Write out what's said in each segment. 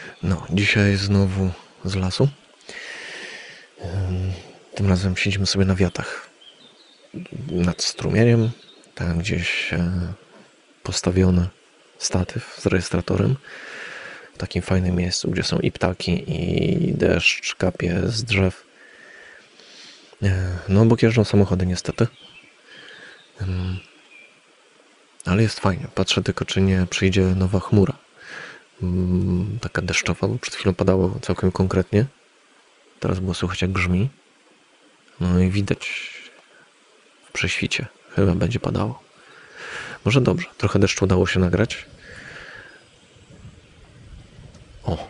No, dzisiaj znowu z lasu. Tym razem siedzimy sobie na wiatach nad strumieniem. Tam gdzieś postawiony statyw z rejestratorem. W takim fajnym miejscu, gdzie są i ptaki, i deszcz kapie z drzew. No, obok jeżdżą samochody niestety. Ale jest fajnie. Patrzę tylko, czy nie przyjdzie nowa chmura. Taka deszczowa, bo przed chwilą padało całkiem konkretnie. Teraz było słychać jak grzmi. No i widać w prześwicie. Chyba będzie padało. Może dobrze. Trochę deszczu udało się nagrać. O!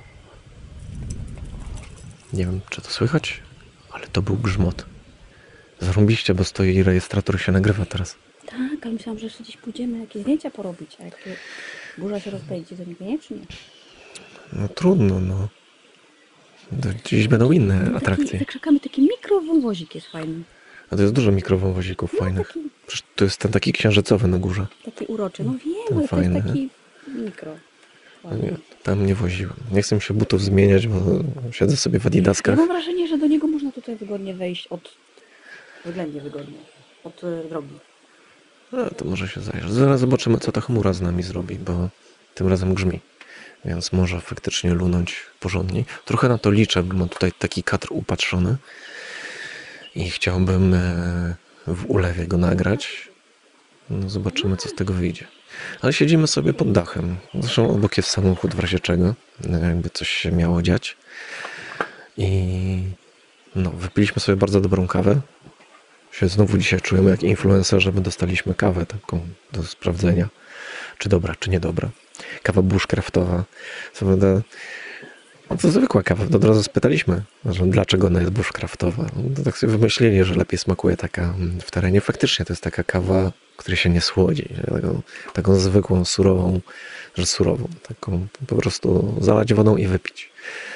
Nie wiem, czy to słychać, ale to był grzmot. Zarąbiście, bo stoi rejestrator i się nagrywa teraz. Tak, ale myślałam, że jeszcze gdzieś pójdziemy jakieś zdjęcia porobić, a jak tu burza się rozpędzi, to niekoniecznie. No trudno, no. Dziś będą inne Taki, atrakcje. za krzakami taki mikrowąwozik jest fajny. A to jest dużo mikrowąwozików fajnych. Taki, Przecież to jest ten taki księżycowy na górze. taki uroczy. No wiem, Ten ale fajny, to jest taki mikro. Ładny. Nie, tam nie woziłem. Nie chcę mi się butów zmieniać, bo siedzę sobie w Ja adidaskach. mam wrażenie, że do niego można tutaj wygodnie wejść względnie wygodnie, od drogi. No, to może się zajrzeć. Zaraz zobaczymy, co ta chmura z nami zrobi, bo tym razem grzmi. Więc może faktycznie lunąć porządniej. Trochę na to liczę, bo mam tutaj taki kadr upatrzony i chciałbym w ulewie go nagrać. No, zobaczymy, co z tego wyjdzie. Ale siedzimy sobie pod dachem. Zresztą obok jest samochód w razie czego, jakby coś się miało dziać. I no, wypiliśmy sobie bardzo dobrą kawę. Się znowu dzisiaj czujemy jak influencerzy, bo dostaliśmy kawę taką do sprawdzenia, czy dobra, czy niedobra. Kawa bushcraftowa. Co prawda, no to zwykła kawa. Od razu spytaliśmy, że dlaczego ona jest bushcraftowa. No to tak sobie wymyślili, że lepiej smakuje taka w terenie. Faktycznie to jest taka kawa, której się nie słodzi. Taką zwykłą, surową. Taką po prostu zalać wodą i wypić.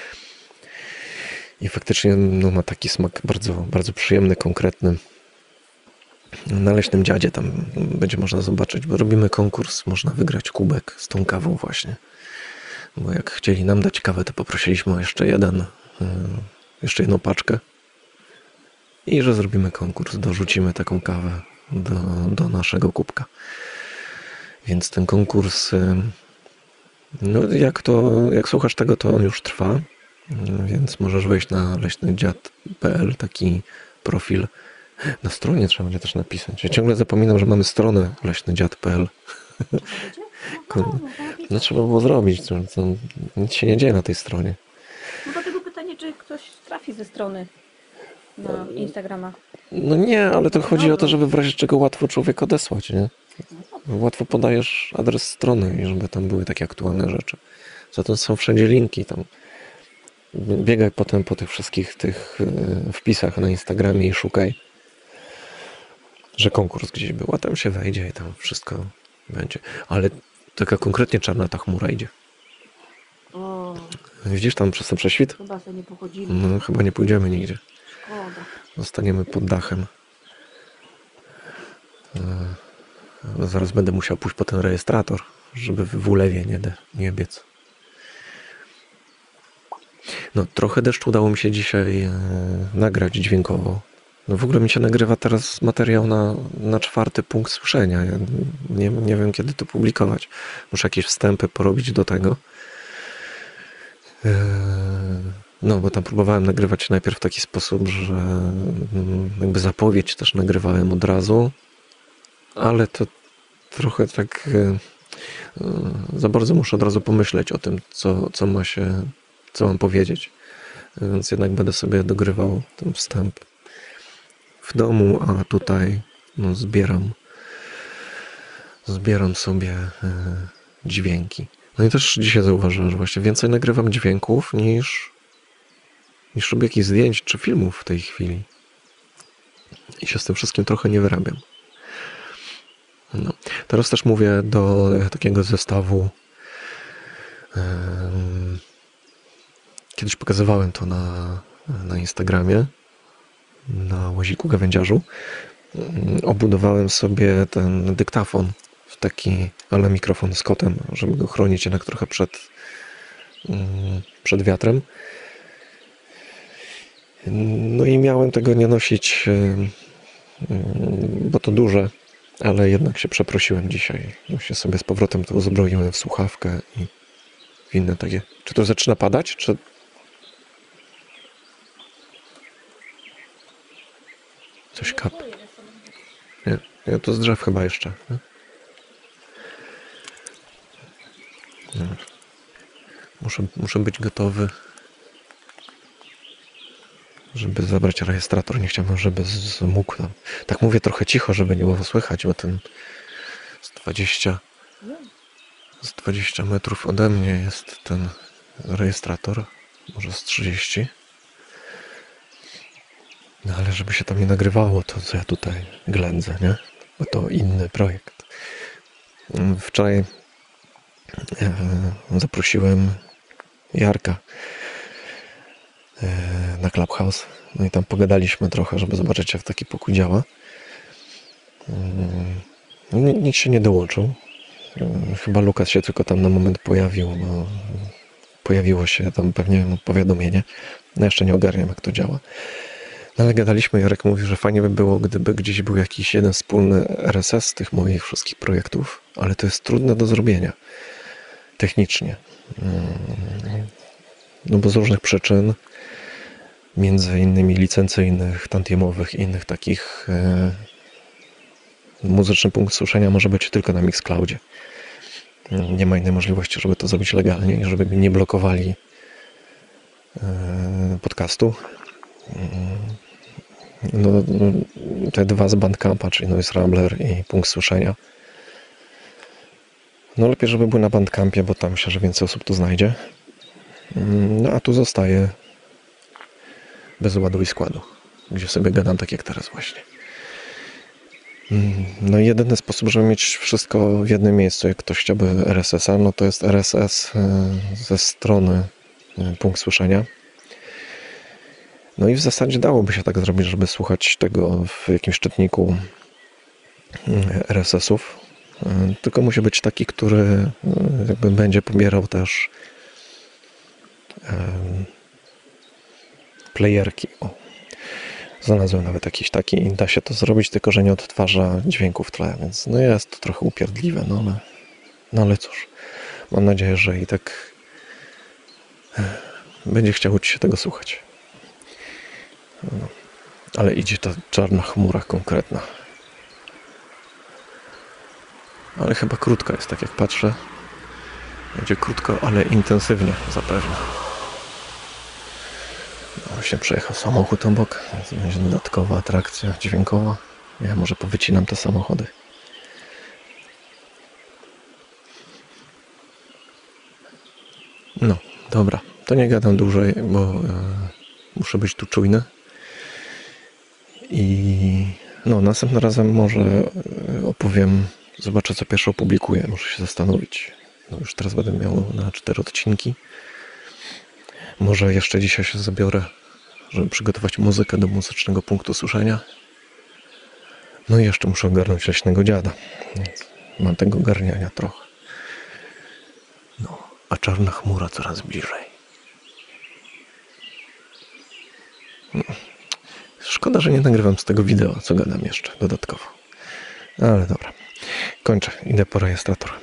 I faktycznie no, ma taki smak bardzo, bardzo przyjemny, konkretny. Na Leśnym Dziadzie tam będzie można zobaczyć, bo robimy konkurs, można wygrać kubek z tą kawą właśnie. Bo jak chcieli nam dać kawę, to poprosiliśmy o jeszcze jedną paczkę. I że zrobimy konkurs, dorzucimy taką kawę do naszego kubka. Więc ten konkurs, no jak słuchasz tego, to on już trwa. Więc możesz wejść na leśnydziad.pl, taki profil. Na stronie trzeba będzie też napisać. Ja ciągle zapominam, że mamy stronę leśnydziad.pl. No trzeba było zrobić. Nic się nie dzieje na tej stronie. No dlatego pytanie, czy ktoś trafi ze strony na Instagrama. No nie, ale to chodzi o to, żeby w razie czego łatwo człowiek odesłać, nie? Łatwo podajesz adres strony i żeby tam były takie aktualne rzeczy. Zatem są wszędzie linki tam. Biegaj potem po tych wszystkich tych wpisach na Instagramie i szukaj, że konkurs gdzieś był, a tam się wejdzie i tam wszystko będzie. Ale taka konkretnie czarna ta chmura idzie. O, Widzisz tam przez ten prześwit? chyba sobie nie pochodzimy. No chyba nie pójdziemy nigdzie. Szkoda. Zostaniemy pod dachem. Zaraz będę musiał pójść po ten rejestrator, żeby w ulewie nie biec. No trochę deszczu udało mi się dzisiaj nagrać dźwiękowo. No w ogóle mi się nagrywa teraz materiał na 4. punkt słyszenia. Ja nie wiem, kiedy to publikować. Muszę jakieś wstępy porobić do tego. No, bo tam próbowałem nagrywać najpierw w taki sposób, że jakby zapowiedź też nagrywałem od razu, ale to trochę tak za bardzo muszę od razu pomyśleć o tym, co mam powiedzieć. Więc jednak będę sobie dogrywał ten wstęp w domu, a tutaj no, zbieram sobie dźwięki. No i też dzisiaj zauważyłem, że właśnie więcej nagrywam dźwięków niż robię jakichś zdjęć czy filmów w tej chwili. I się z tym wszystkim trochę nie wyrabiam. No. Teraz też mówię do takiego zestawu. Kiedyś pokazywałem to na Instagramie, na łaziku gawędziarzu. Obudowałem sobie ten dyktafon w taki, ale mikrofon z kotem, żeby go chronić jednak trochę przed wiatrem. No i miałem tego nie nosić, bo to duże, ale jednak się przeprosiłem dzisiaj. No się sobie z powrotem to uzbroiłem w słuchawkę i w inne takie. Czy to zaczyna padać? Czy... Coś kap. Nie, to z drzew chyba jeszcze. Nie? No. Muszę być gotowy, żeby zabrać rejestrator. Nie chciałbym, żeby zmógł tam. Tak mówię trochę cicho, żeby nie było słychać, bo ten z 20 metrów ode mnie jest ten rejestrator. Może z 30. No ale żeby się tam nie nagrywało, to co ja tutaj ględzę, nie? Bo to inny projekt. Wczoraj zaprosiłem Jarka na Clubhouse. No i tam pogadaliśmy trochę, żeby zobaczyć, jak taki pokój działa. Nikt się nie dołączył. Chyba Lukas się tylko tam na moment pojawił, bo pojawiło się tam pewnie powiadomienie. No jeszcze nie ogarniam, jak to działa. No ale gadaliśmy, Jarek mówi, że fajnie by było, gdyby gdzieś był jakiś jeden wspólny RSS z tych moich wszystkich projektów, ale to jest trudne do zrobienia technicznie. No bo z różnych przyczyn, między innymi licencyjnych, tantiemowych i innych takich, muzyczny punkt słyszenia może być tylko na Mixcloudzie. Nie ma innej możliwości, żeby to zrobić legalnie i żeby mi nie blokowali podcastu. No, te dwa z Bandcampa, czyli Noise Rambler i Punkt Słyszenia. No lepiej, żeby były na Bandcampie, bo tam się, że więcej osób tu znajdzie. No a tu zostaje bez ładu i składu, gdzie sobie gadam tak jak teraz właśnie. No i jedyny sposób, żeby mieć wszystko w jednym miejscu, jak ktoś chciałby RSS-a, no to jest RSS ze strony Punkt Słyszenia. No i w zasadzie dałoby się tak zrobić, żeby słuchać tego w jakimś czytniku RSS-ów. Tylko musi być taki, który jakby będzie pobierał też playerki. O, znalazłem nawet jakiś taki i da się to zrobić, tylko że nie odtwarza dźwięku w tle, więc no jest to trochę upierdliwe, no ale cóż, mam nadzieję, że i tak będzie chciało ci się tego słuchać. No, ale idzie ta czarna chmura konkretna. Ale chyba krótka jest, tak jak patrzę. Będzie krótko, ale intensywnie zapewne. No, właśnie przejechał samochód obok, więc będzie dodatkowa atrakcja dźwiękowa. Ja może powycinam te samochody. No, dobra. To nie gadam dłużej, bo muszę być tu czujny. I no, następnym razem może opowiem, zobaczę co pierwsze opublikuję, muszę się zastanowić. No, już teraz będę miał na 4 odcinki. Może jeszcze dzisiaj się zabiorę, żeby przygotować muzykę do muzycznego punktu słyszenia. No i jeszcze muszę ogarnąć Leśnego Dziada. Więc mam tego ogarniania trochę. No, a czarna chmura coraz bliżej. No. Szkoda, że nie nagrywam z tego wideo, co gadam jeszcze dodatkowo. Ale dobra. Kończę. Idę po rejestrator.